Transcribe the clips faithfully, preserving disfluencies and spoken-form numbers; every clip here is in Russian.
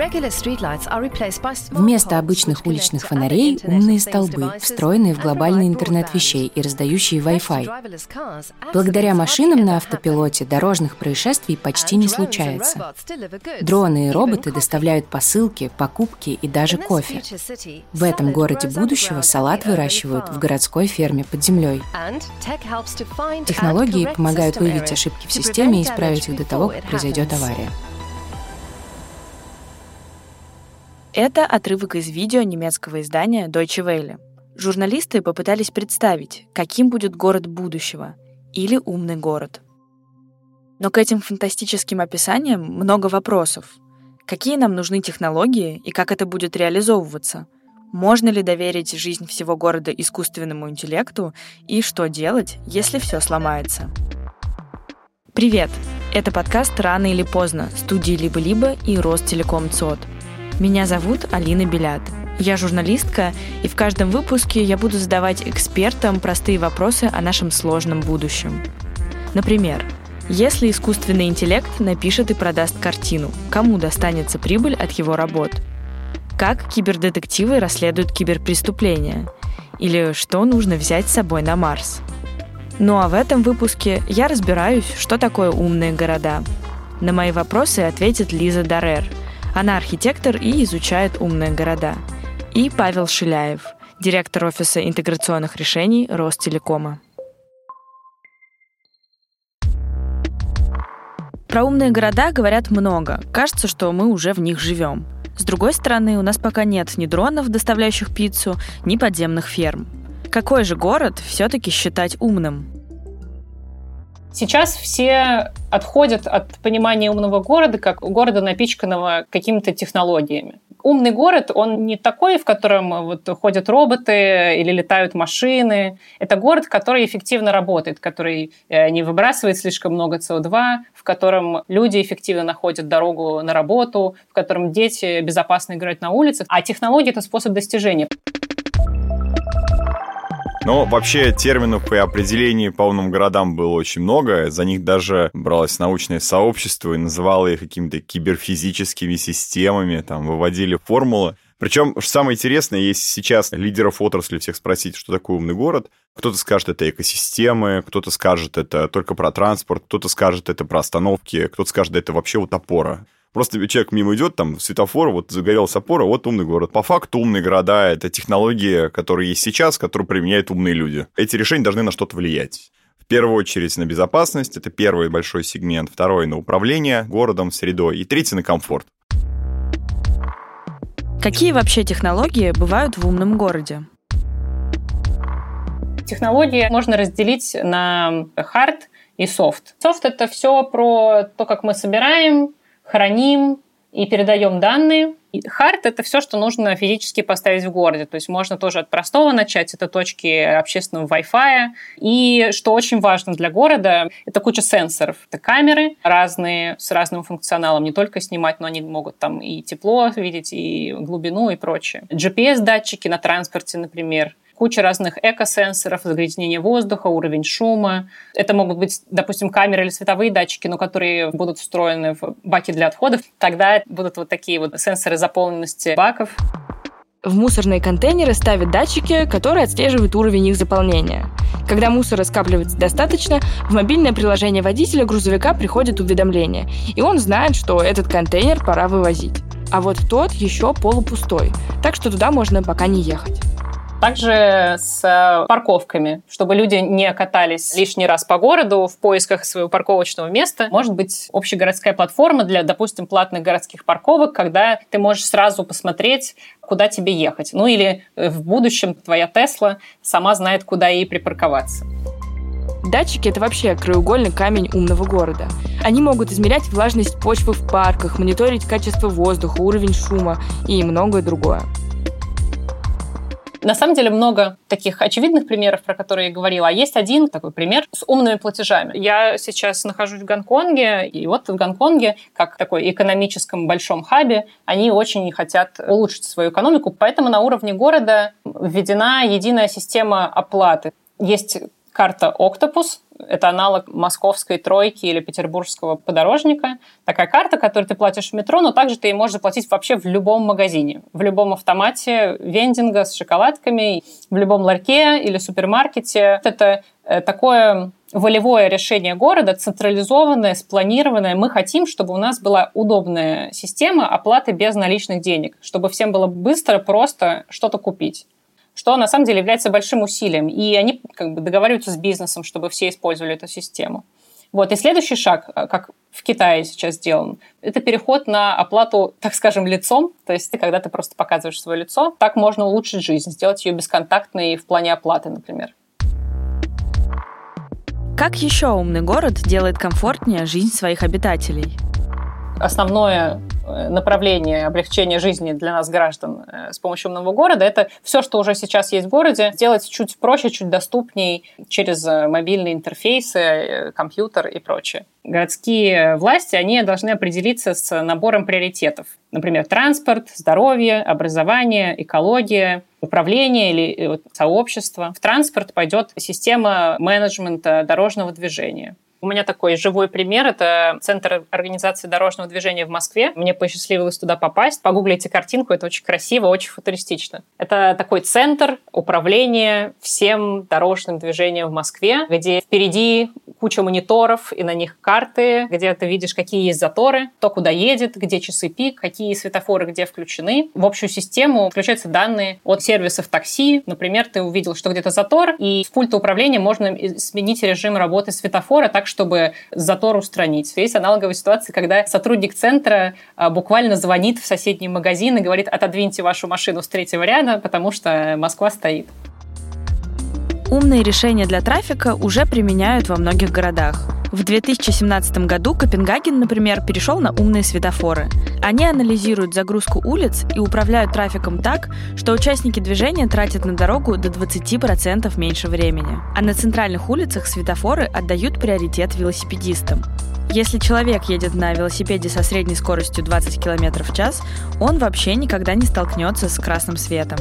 Вместо обычных уличных фонарей – умные столбы, встроенные в глобальный интернет вещей и раздающие Wi-Fi. Благодаря машинам на автопилоте дорожных происшествий почти не случается. Дроны и роботы доставляют посылки, покупки и даже кофе. В этом городе будущего салат выращивают в городской ферме под землей. Технологии помогают выявить ошибки в системе и исправить их до того, как произойдет авария. Это отрывок из видео немецкого издания Deutsche Welle. Журналисты попытались представить, каким будет город будущего или умный город. Но к этим фантастическим описаниям много вопросов. Какие нам нужны технологии и как это будет реализовываться? Можно ли доверить жизнь всего города искусственному интеллекту? И что делать, если все сломается? Привет! Это подкаст «Рано или поздно» студии «Либо-либо» и Ростелеком ЦОД. Меня зовут Алина Белят. Я журналистка, и в каждом выпуске я буду задавать экспертам простые вопросы о нашем сложном будущем. Например, если искусственный интеллект напишет и продаст картину, кому достанется прибыль от его работ? Как кибердетективы расследуют киберпреступления? Или что нужно взять с собой на Марс? Ну а в этом выпуске я разбираюсь, что такое умные города. На мои вопросы ответит Лиза Даррер. Она архитектор и изучает умные города. И Павел Шиляев, директор офиса интеграционных решений Ростелекома. Про умные города говорят много. Кажется, что мы уже в них живем. С другой стороны, у нас пока нет ни дронов, доставляющих пиццу, ни подземных ферм. Какой же город все-таки считать умным? Сейчас все отходят от понимания умного города как города, напичканного какими-то технологиями. Умный город, он не такой, в котором вот ходят роботы или летают машины. Это город, который эффективно работает, который не выбрасывает слишком много си о два, в котором люди эффективно находят дорогу на работу, в котором дети безопасно играют на улицах. А технология – это способ достижения. Но вообще терминов и определений по умным городам было очень много. За них даже бралось научное сообщество и называло их какими-то киберфизическими системами, там выводили формулы. Причем, что самое интересное, если сейчас лидеров отрасли всех спросить, что такое умный город, кто-то скажет, это экосистемы, кто-то скажет, это только про транспорт, кто-то скажет, это про остановки, кто-то скажет, это вообще вот опора. Просто человек мимо идет, там, светофор, вот загорелась опора, вот умный город. По факту умные города – это технологии, которые есть сейчас, которые применяют умные люди. Эти решения должны на что-то влиять. В первую очередь на безопасность, это первый большой сегмент. Второй – на управление городом, средой. И третий – на комфорт. Какие вообще технологии бывают в умном городе? Технологии можно разделить на hard и soft. Soft – это все про то, как мы собираем, храним и передаем данные. Hard – это все, что нужно физически поставить в городе. То есть можно тоже от простого начать. Это точки общественного Wi-Fi. И что очень важно для города – это куча сенсоров. Это камеры разные, с разным функционалом. Не только снимать, но они могут там и тепло видеть, и глубину, и прочее. джи пи эс-датчики на транспорте, например. Куча разных экосенсоров, загрязнение воздуха, уровень шума. Это могут быть, допустим, камеры или световые датчики, но которые будут встроены в баки для отходов. Тогда будут вот такие вот сенсоры заполненности баков. В мусорные контейнеры ставят датчики, которые отслеживают уровень их заполнения. Когда мусора скапливается достаточно, в мобильное приложение водителя грузовика приходит уведомление, и он знает, что этот контейнер пора вывозить. А вот тот еще полупустой, так что туда можно пока не ехать. Также с парковками, чтобы люди не катались лишний раз по городу в поисках своего парковочного места. Может быть, общегородская платформа для, допустим, платных городских парковок, когда ты можешь сразу посмотреть, куда тебе ехать. Ну или в будущем твоя Тесла сама знает, куда ей припарковаться. Датчики – это вообще краеугольный камень умного города. Они могут измерять влажность почвы в парках, мониторить качество воздуха, уровень шума и многое другое. На самом деле много таких очевидных примеров, про которые я говорила. А есть один такой пример с умными платежами. Я сейчас нахожусь в Гонконге, и вот в Гонконге, как такой экономическом большом хабе, они очень хотят улучшить свою экономику, поэтому на уровне города введена единая система оплаты. Есть карта «Октопус». Это аналог московской тройки или петербургского подорожника. Такая карта, которую ты платишь в метро, но также ты можешь заплатить вообще в любом магазине, в любом автомате вендинга с шоколадками, в любом ларьке или супермаркете. Это такое волевое решение города, централизованное, спланированное. Мы хотим, чтобы у нас была удобная система оплаты без наличных денег, чтобы всем было быстро, просто что-то купить. Что на самом деле является большим усилием. И они как бы договариваются с бизнесом, чтобы все использовали эту систему. Вот. И следующий шаг, как в Китае сейчас сделан, это переход на оплату, так скажем, лицом. То есть ты, когда ты просто показываешь свое лицо, так можно улучшить жизнь, сделать ее бесконтактной в плане оплаты, например. Как еще умный город делает комфортнее жизнь своих обитателей? Основное направление облегчения жизни для нас, граждан, с помощью умного города, это все, что уже сейчас есть в городе, сделать чуть проще, чуть доступней через мобильные интерфейсы, компьютер и прочее. Городские власти, они должны определиться с набором приоритетов. Например, транспорт, здоровье, образование, экология, управление или сообщество. В транспорт пойдет система менеджмента дорожного движения. У меня такой живой пример. Это Центр организации дорожного движения в Москве. Мне посчастливилось туда попасть. Погуглите картинку, это очень красиво, очень футуристично. Это такой центр управления всем дорожным движением в Москве, где впереди куча мониторов, и на них карты, где ты видишь, какие есть заторы, кто куда едет, где часы пик, какие светофоры где включены. В общую систему включаются данные от сервисов такси. Например, ты увидел, что где-то затор, и с пульта управления можно сменить режим работы светофора так, чтобы затор устранить. Есть аналоговая ситуация, когда сотрудник центра буквально звонит в соседний магазин и говорит: отодвиньте вашу машину с третьего ряда, потому что Москва стоит. Умные решения для трафика уже применяют во многих городах. В две тысячи семнадцатом году Копенгаген, например, перешел на умные светофоры. Они анализируют загрузку улиц и управляют трафиком так, что участники движения тратят на дорогу до двадцать процентов меньше времени. А на центральных улицах светофоры отдают приоритет велосипедистам. Если человек едет на велосипеде со средней скоростью двадцать километров в час, он вообще никогда не столкнется с красным светом.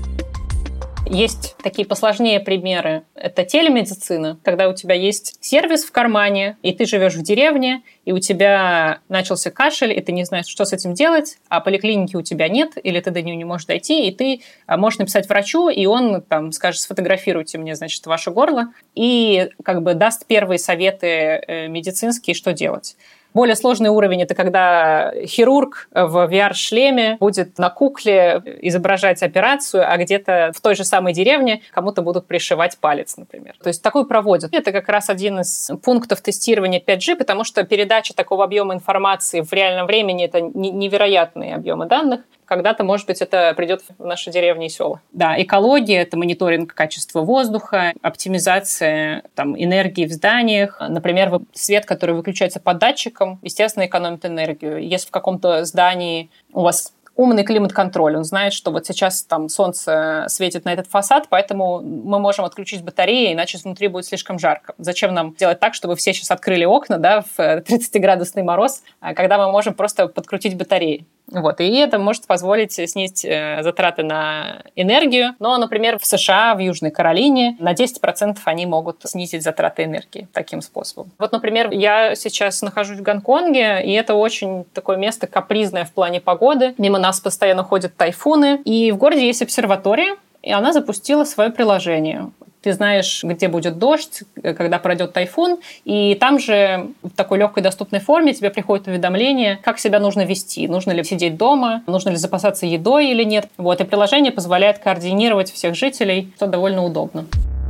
Есть такие посложнее примеры. Это телемедицина, когда у тебя есть сервис в кармане, и ты живешь в деревне, и у тебя начался кашель, и ты не знаешь, что с этим делать, а поликлиники у тебя нет, или ты до нее не можешь дойти, и ты можешь написать врачу, и он там скажет: сфотографируйте мне, значит, ваше горло, и как бы даст первые советы медицинские, что делать. Более сложный уровень – это когда хирург в ви ар-шлеме будет на кукле изображать операцию, а где-то в той же самой деревне кому-то будут пришивать палец, например. То есть такое проводят. Это как раз один из пунктов тестирования пять джи, потому что передача такого объема информации в реальном времени – это невероятные объемы данных. Когда-то, может быть, это придет в наши деревни и села. Да, экология – это мониторинг качества воздуха, оптимизация там, энергии в зданиях. Например, свет, который выключается по датчикам, естественно, экономит энергию. Если в каком-то здании у вас умный климат-контроль, он знает, что вот сейчас там солнце светит на этот фасад, поэтому мы можем отключить батареи, иначе внутри будет слишком жарко. Зачем нам делать так, чтобы все сейчас открыли окна, да, в тридцатиградусный мороз, когда мы можем просто подкрутить батареи? Вот. И это может позволить снизить затраты на энергию. Но, например, в США, в Южной Каролине на десять процентов они могут снизить затраты энергии таким способом. Вот, например, я сейчас нахожусь в Гонконге, и это очень такое место капризное в плане погоды. Мимо нас постоянно ходят тайфуны. И в городе есть обсерватория, и она запустила свое приложение. Ты знаешь, где будет дождь, когда пройдет тайфун, и там же в такой легкой доступной форме тебе приходит уведомление, как себя нужно вести. Нужно ли сидеть дома, нужно ли запасаться едой или нет. Вот, и приложение позволяет координировать всех жителей, что довольно удобно.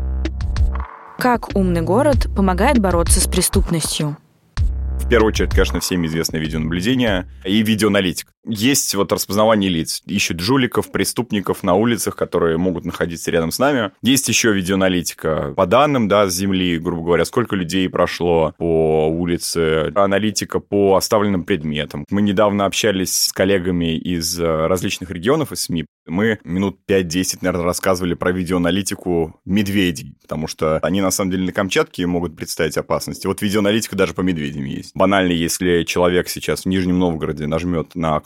Как умный город помогает бороться с преступностью? В первую очередь, конечно, всем известно видеонаблюдение и видеоаналитика. Есть вот распознавание лиц. Ищут жуликов, преступников на улицах, которые могут находиться рядом с нами. Есть еще видеоаналитика по данным, да, с земли, грубо говоря, сколько людей прошло по улице, аналитика по оставленным предметам. Мы недавно общались с коллегами из различных регионов, из СМИ. Мы минут пять-десять, наверное, рассказывали про видеоаналитику медведей, потому что они, на самом деле, на Камчатке могут представить опасность. Вот видеоаналитика даже по медведям есть. Банально, если человек сейчас в Нижнем Новгороде нажмет на кнопку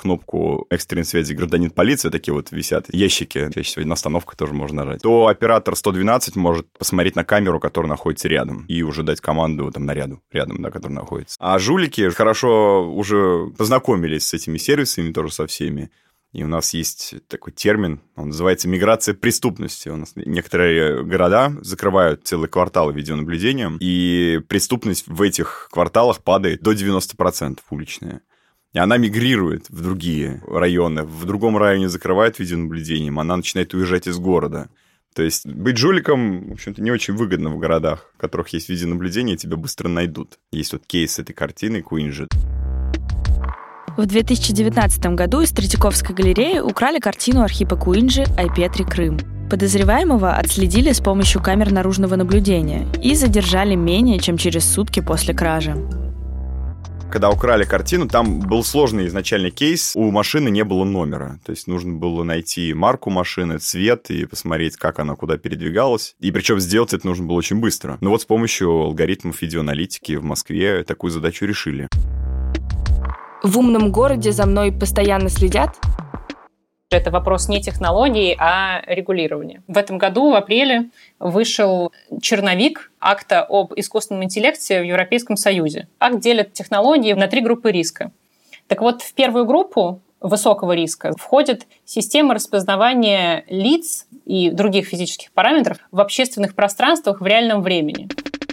кнопку экстренной связи гражданин полиции, такие вот висят ящики, чаще всего на остановках тоже можно нажать, то оператор сто двенадцать может посмотреть на камеру, которая находится рядом, и уже дать команду там наряду рядом, да, который находится. А жулики хорошо уже познакомились с этими сервисами, тоже со всеми. И у нас есть такой термин, он называется миграция преступности. У нас некоторые города закрывают целые кварталы видеонаблюдением, и преступность в этих кварталах падает до девяносто процентов уличная. И она мигрирует в другие районы. В другом районе закрывают видеонаблюдением, она начинает уезжать из города. То есть быть жуликом, в общем-то, не очень выгодно в городах, в которых есть видеонаблюдение, тебя быстро найдут. Есть вот кейс этой картины Куинджи. В две тысячи девятнадцатом году из Третьяковской галереи украли картину Архипа Куинджи «Айпетри. Крым». Подозреваемого отследили с помощью камер наружного наблюдения и задержали менее чем через сутки после кражи. Когда украли картину, там был сложный изначальный кейс. У машины не было номера. То есть нужно было найти марку машины, цвет и посмотреть, как она куда передвигалась. И причем сделать это нужно было очень быстро. Но вот с помощью алгоритмов видеоаналитики в Москве такую задачу решили. В умном городе за мной постоянно следят? Это вопрос не технологий, а регулирования. В этом году, в апреле, вышел черновик акта об искусственном интеллекте в Европейском Союзе. Акт делит технологии на три группы риска. Так вот, в первую группу высокого риска входит система распознавания лиц и других физических параметров в общественных пространствах в реальном времени.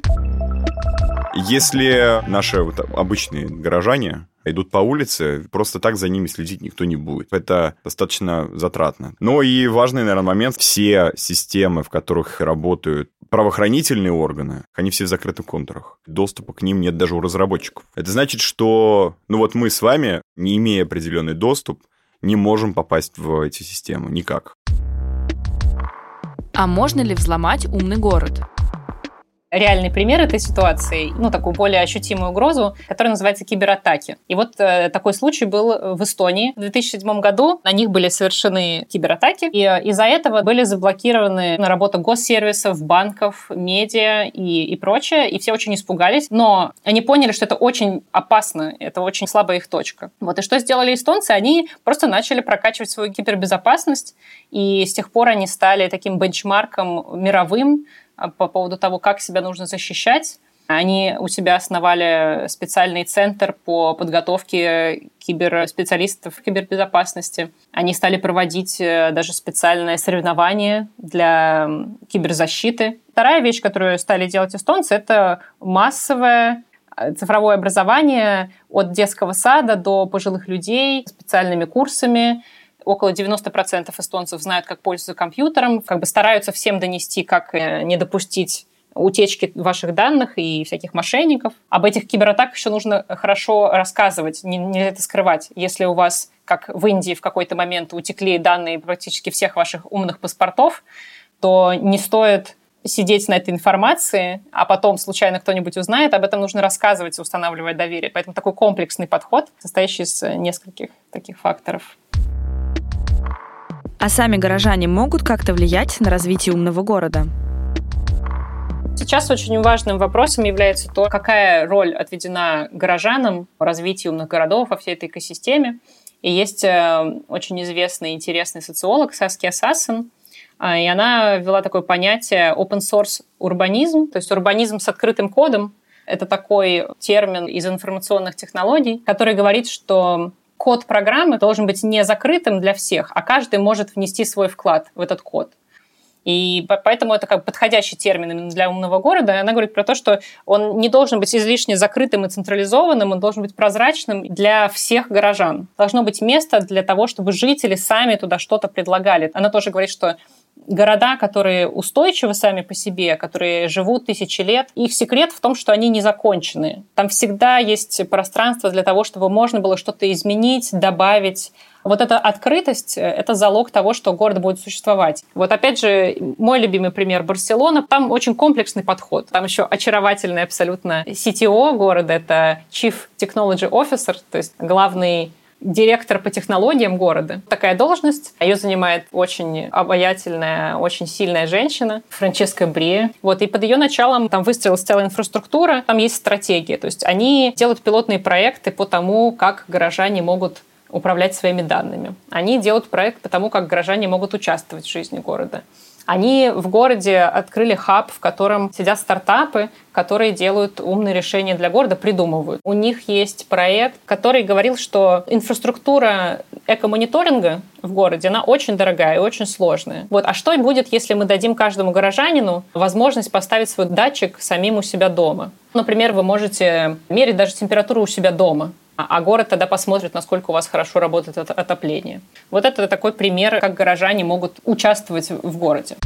Если наши вот обычные горожане идут по улице, просто так за ними следить никто не будет. Это достаточно затратно. Но и важный, наверное, момент. Все системы, в которых работают правоохранительные органы, они все в закрытых контурах. Доступа к ним нет даже у разработчиков. Это значит, что ну вот мы с вами, не имея определенный доступ, не можем попасть в эти системы никак. А можно ли взломать умный город? Реальный пример этой ситуации, ну, такую более ощутимую угрозу, которая называется кибератаки. И вот э, такой случай был в Эстонии. В две тысячи седьмом году на них были совершены кибератаки, и э, из-за этого были заблокированы работа госсервисов, банков, медиа и, и прочее, и все очень испугались, но они поняли, что это очень опасно, это очень слабая их точка. Вот, и что сделали эстонцы? Они просто начали прокачивать свою кибербезопасность, и с тех пор они стали таким бенчмарком мировым по поводу того, как себя нужно защищать. Они у себя основали специальный центр по подготовке киберспециалистов в кибербезопасности. Они стали проводить даже специальное соревнование для киберзащиты. Вторая вещь, которую стали делать эстонцы, это массовое цифровое образование от детского сада до пожилых людей специальными курсами. Около девяносто процентов эстонцев знают, как пользоваться компьютером, как бы стараются всем донести, как не допустить утечки ваших данных и всяких мошенников. Об этих кибератаках еще нужно хорошо рассказывать, не, не это скрывать. Если у вас, как в Индии, в какой-то момент утекли данные практически всех ваших умных паспортов, то не стоит сидеть на этой информации, а потом случайно кто-нибудь узнает, об этом нужно рассказывать, устанавливая доверие. Поэтому такой комплексный подход, состоящий из нескольких таких факторов. А сами горожане могут как-то влиять на развитие умного города? Сейчас очень важным вопросом является то, какая роль отведена горожанам в развитии умных городов во всей этой экосистеме. И есть очень известный и интересный социолог Саския Сассен, и она ввела такое понятие open source урбанизм, то есть урбанизм с открытым кодом. Это такой термин из информационных технологий, который говорит, что код программы должен быть не закрытым для всех, а каждый может внести свой вклад в этот код. И поэтому это как подходящий термин для умного города. Она говорит про то, что он не должен быть излишне закрытым и централизованным, он должен быть прозрачным для всех горожан. Должно быть место для того, чтобы жители сами туда что-то предлагали. Она тоже говорит, что города, которые устойчивы сами по себе, которые живут тысячи лет, их секрет в том, что они не закончены. Там всегда есть пространство для того, чтобы можно было что-то изменить, добавить. Вот эта открытость – это залог того, что город будет существовать. Вот опять же, мой любимый пример – Барселона. Там очень комплексный подход. Там еще очаровательный абсолютно си ти о города – это Chief Technology Officer, то есть главный директор по технологиям города. Такая должность. Ее занимает очень обаятельная, очень сильная женщина, Франческа Брие. Вот, и под ее началом там выстроилась целая инфраструктура, там есть стратегия. То есть они делают пилотные проекты по тому, как горожане могут управлять своими данными. Они делают проект по тому, как горожане могут участвовать в жизни города. Они в городе открыли хаб, в котором сидят стартапы, которые делают умные решения для города, придумывают. У них есть проект, который говорил, что инфраструктура экомониторинга в городе, она очень дорогая и очень сложная. Вот. А что будет, если мы дадим каждому горожанину возможность поставить свой датчик самим у себя дома? Например, вы можете мерить даже температуру у себя дома, а город тогда посмотрит, насколько у вас хорошо работает отопление. Вот это такой пример, как горожане могут участвовать в городе.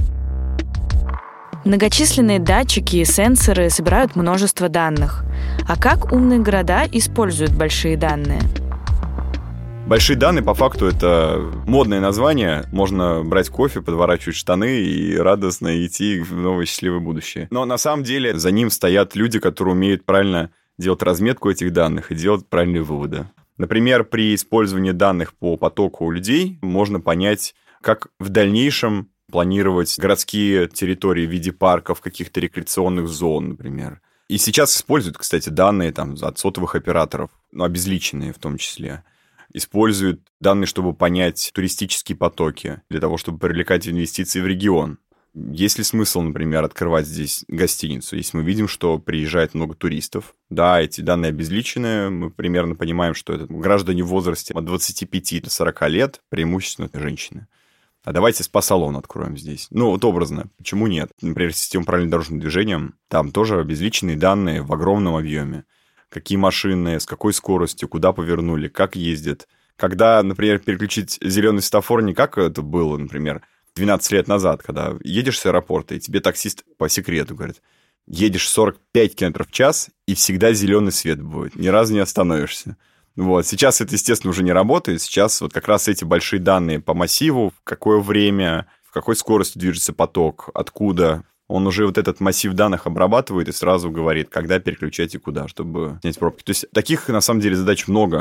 Многочисленные датчики и сенсоры собирают множество данных. А как умные города используют большие данные? Большие данные, по факту, это модное название. Можно брать кофе, подворачивать штаны и радостно идти в новое счастливое будущее. Но на самом деле за ним стоят люди, которые умеют правильно делать разметку этих данных и делать правильные выводы. Например, при использовании данных по потоку у людей можно понять, как в дальнейшем планировать городские территории в виде парков, каких-то рекреационных зон, например. И сейчас используют, кстати, данные там, от сотовых операторов, ну, обезличенные в том числе. Используют данные, чтобы понять туристические потоки, для того, чтобы привлекать инвестиции в регион. Есть ли смысл, например, открывать здесь гостиницу, если мы видим, что приезжает много туристов? Да, эти данные обезличены, мы примерно понимаем, что это граждане в возрасте от двадцати пяти до сорока лет, преимущественно женщины. А давайте спа-салон откроем здесь. Ну, вот образно, почему нет? Например, система управления дорожным движением, там тоже обезличенные данные в огромном объеме. Какие машины, с какой скоростью, куда повернули, как ездят. Когда, например, переключить зеленый светофор, не как это было, например, двенадцать лет назад, когда едешь с аэропорта, и тебе таксист по секрету говорит, едешь сорок пять километров в час, и всегда зеленый свет будет, ни разу не остановишься. Вот. Сейчас это, естественно, уже не работает. Сейчас вот как раз эти большие данные по массиву, в какое время, в какой скорости движется поток, откуда. Он уже вот этот массив данных обрабатывает и сразу говорит, когда переключать и куда, чтобы снять пробки. То есть таких, на самом деле, задач много.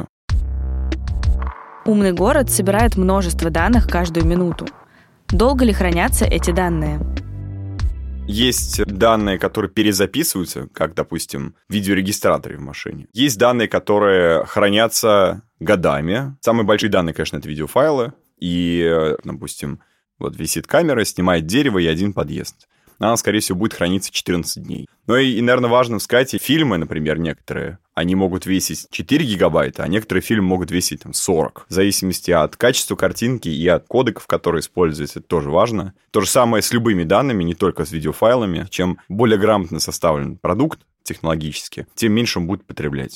Умный город собирает множество данных каждую минуту. Долго ли хранятся эти данные? Есть данные, которые перезаписываются, как, допустим, в видеорегистраторе в машине. Есть данные, которые хранятся годами. Самые большие данные, конечно, это видеофайлы. И, допустим, вот висит камера, снимает дерево и один подъезд. Она, скорее всего, будет храниться четырнадцать дней. Ну и, и, наверное, важно сказать, и фильмы, например, некоторые, они могут весить четыре гигабайта, а некоторые фильмы могут весить там, сорок. В зависимости от качества картинки и от кодеков, которые используются, это тоже важно. То же самое с любыми данными, не только с видеофайлами. Чем более грамотно составлен продукт технологически, тем меньше он будет потреблять.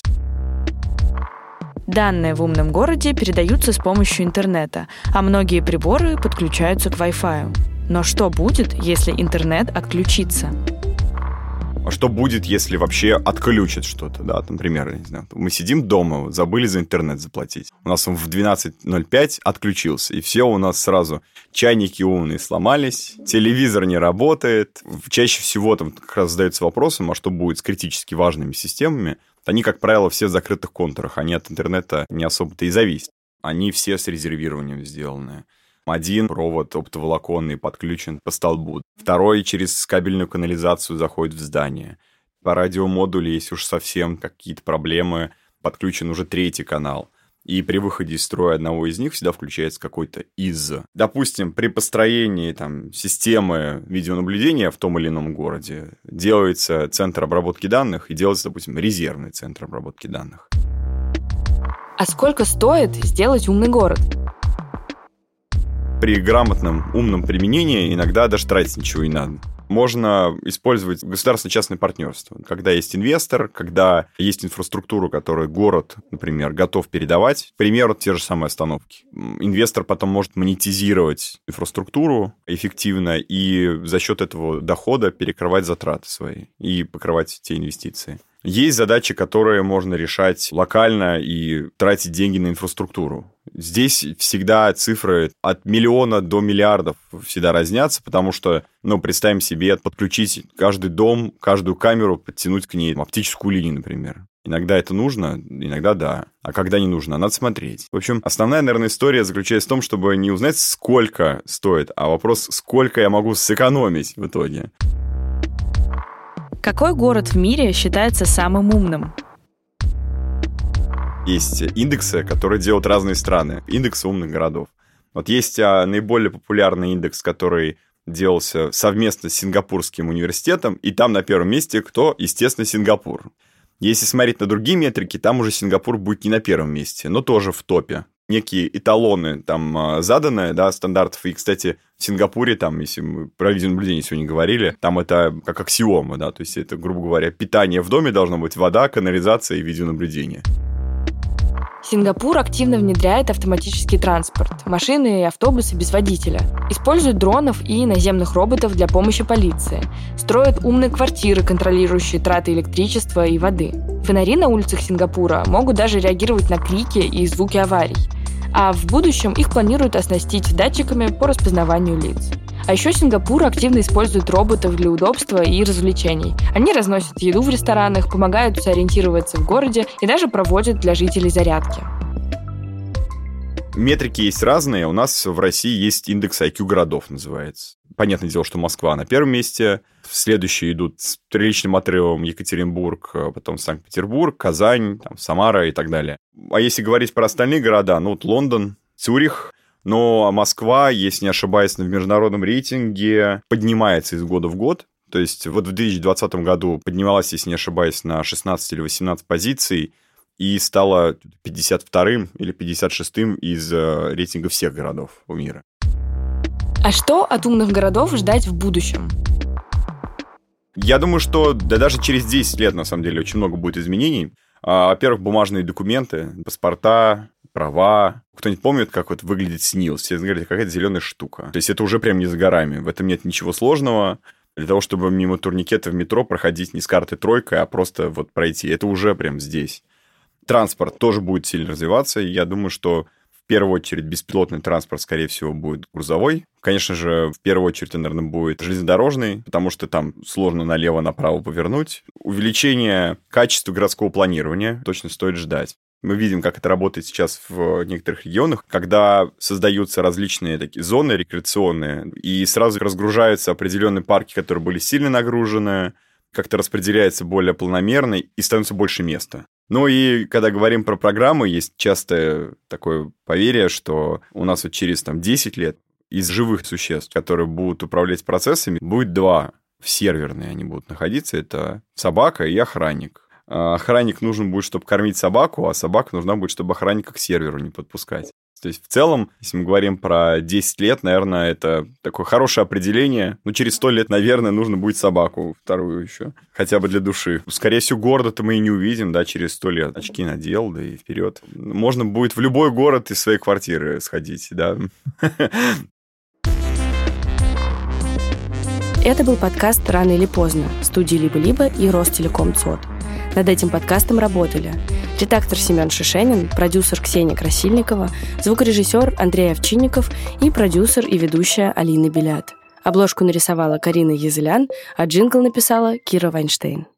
Данные в умном городе передаются с помощью интернета, а многие приборы подключаются к Wi-Fi. Но что будет, если интернет отключится? А что будет, если вообще отключат что-то? Да, например, не знаю, мы сидим дома, забыли за интернет заплатить. У нас он в двенадцать ноль пять отключился, и все у нас сразу чайники умные сломались, телевизор не работает. Чаще всего там как раз задается вопросом, а что будет с критически важными системами? Они, как правило, все в закрытых контурах, они от интернета не особо-то и зависят. Они все с резервированием сделаны. Один провод оптоволоконный подключен по столбу, второй через кабельную канализацию заходит в здание. По радиомодулю, если уж совсем какие-то проблемы, подключен уже третий канал. И при выходе из строя одного из них всегда включается какой-то из. Допустим, при построении там, системы видеонаблюдения в том или ином городе делается центр обработки данных и делается, допустим, резервный центр обработки данных. А сколько стоит сделать умный город? При грамотном, умном применении иногда даже тратить ничего не надо. Можно использовать государственно-частное партнерство. Когда есть инвестор, когда есть инфраструктура, которую город, например, готов передавать. К примеру, те же самые остановки. Инвестор потом может монетизировать инфраструктуру эффективно и за счет этого дохода перекрывать затраты свои и покрывать те инвестиции. Есть задачи, которые можно решать локально и тратить деньги на инфраструктуру. Здесь всегда цифры от миллиона до миллиардов всегда разнятся, потому что, ну, представим себе, подключить каждый дом, каждую камеру, подтянуть к ней оптическую линию, например. Иногда это нужно, иногда да. А когда не нужно, надо смотреть. В общем, основная, наверное, история заключается в том, чтобы не узнать, сколько стоит, а вопрос, сколько я могу сэкономить в итоге. Какой город в мире считается самым умным? Есть индексы, которые делают разные страны. Индексы умных городов. Вот есть а, наиболее популярный индекс, который делался совместно с Сингапурским университетом, и там на первом месте кто? Естественно, Сингапур. Если смотреть на другие метрики, там уже Сингапур будет не на первом месте, но тоже в топе. Некие эталоны там заданы, да, стандартов. И, кстати, в Сингапуре, там, если мы про видеонаблюдение сегодня говорили, там это как аксиома, да, то есть это, грубо говоря, питание в доме должно быть, вода, канализация и видеонаблюдение. Сингапур активно внедряет автоматический транспорт, машины и автобусы без водителя, использует дронов и наземных роботов для помощи полиции, строит умные квартиры, контролирующие траты электричества и воды. Фонари на улицах Сингапура могут даже реагировать на крики и звуки аварий, а в будущем их планируют оснастить датчиками по распознаванию лиц. А еще Сингапур активно использует роботов для удобства и развлечений. Они разносят еду в ресторанах, помогают сориентироваться в городе и даже проводят для жителей зарядки. Метрики есть разные. У нас в России есть индекс ай кью городов, называется. Понятное дело, что Москва на первом месте. Следующие идут с приличным отрывом Екатеринбург, потом Санкт-Петербург, Казань, там, Самара и так далее. А если говорить про остальные города, ну вот Лондон, Цюрих. Но Москва, если не ошибаюсь, в международном рейтинге поднимается из года в год. То есть вот в две тысячи двадцатом году поднималась, если не ошибаюсь, на шестнадцать или восемнадцать позиций и стала пятьдесят вторым или пятьдесят шестым из рейтинга всех городов мира. А что от умных городов ждать в будущем? Я думаю, что да, даже через десять лет, на самом деле, очень много будет изменений. Во-первых, бумажные документы, паспорта, права. Кто-нибудь помнит, как вот выглядит СНИЛ? Все говорят, какая-то зеленая штука. То есть это уже прям не за горами. В этом нет ничего сложного. Для того, чтобы мимо турникета в метро проходить не с карты тройкой, а просто вот пройти. Это уже прям здесь. Транспорт тоже будет сильно развиваться. Я думаю, что в первую очередь беспилотный транспорт, скорее всего, будет грузовой. Конечно же, в первую очередь, наверное, будет железнодорожный, потому что там сложно налево-направо повернуть. Увеличение качества городского планирования точно стоит ждать. Мы видим, как это работает сейчас в некоторых регионах, когда создаются различные такие зоны рекреационные, и сразу разгружаются определенные парки, которые были сильно нагружены, как-то распределяется более планомерно, и становится больше места. Ну и когда говорим про программы, есть частое такое поверье, что у нас вот через там, десять лет из живых существ, которые будут управлять процессами, будет два. Серверные они будут находиться. Это собака и охранник. Охранник нужен будет, чтобы кормить собаку, а собака нужна будет, чтобы охранника к серверу не подпускать. То есть, в целом, если мы говорим про десять лет, наверное, это такое хорошее определение. Ну, через сто лет, наверное, нужно будет собаку, вторую еще, хотя бы для души. Скорее всего, города-то мы и не увидим, да, через сто лет. Очки надел, да и вперед. Можно будет в любой город из своей квартиры сходить, да. Это был подкаст «Рано или поздно» студии «Либо-либо» и Ростелеком-ЦОД. Над этим подкастом работали редактор Семен Шишенин, продюсер Ксения Красильникова, звукорежиссер Андрей Овчинников и продюсер и ведущая Алина Белят. Обложку нарисовала Карина Езелян, а джингл написала Кира Вайнштейн.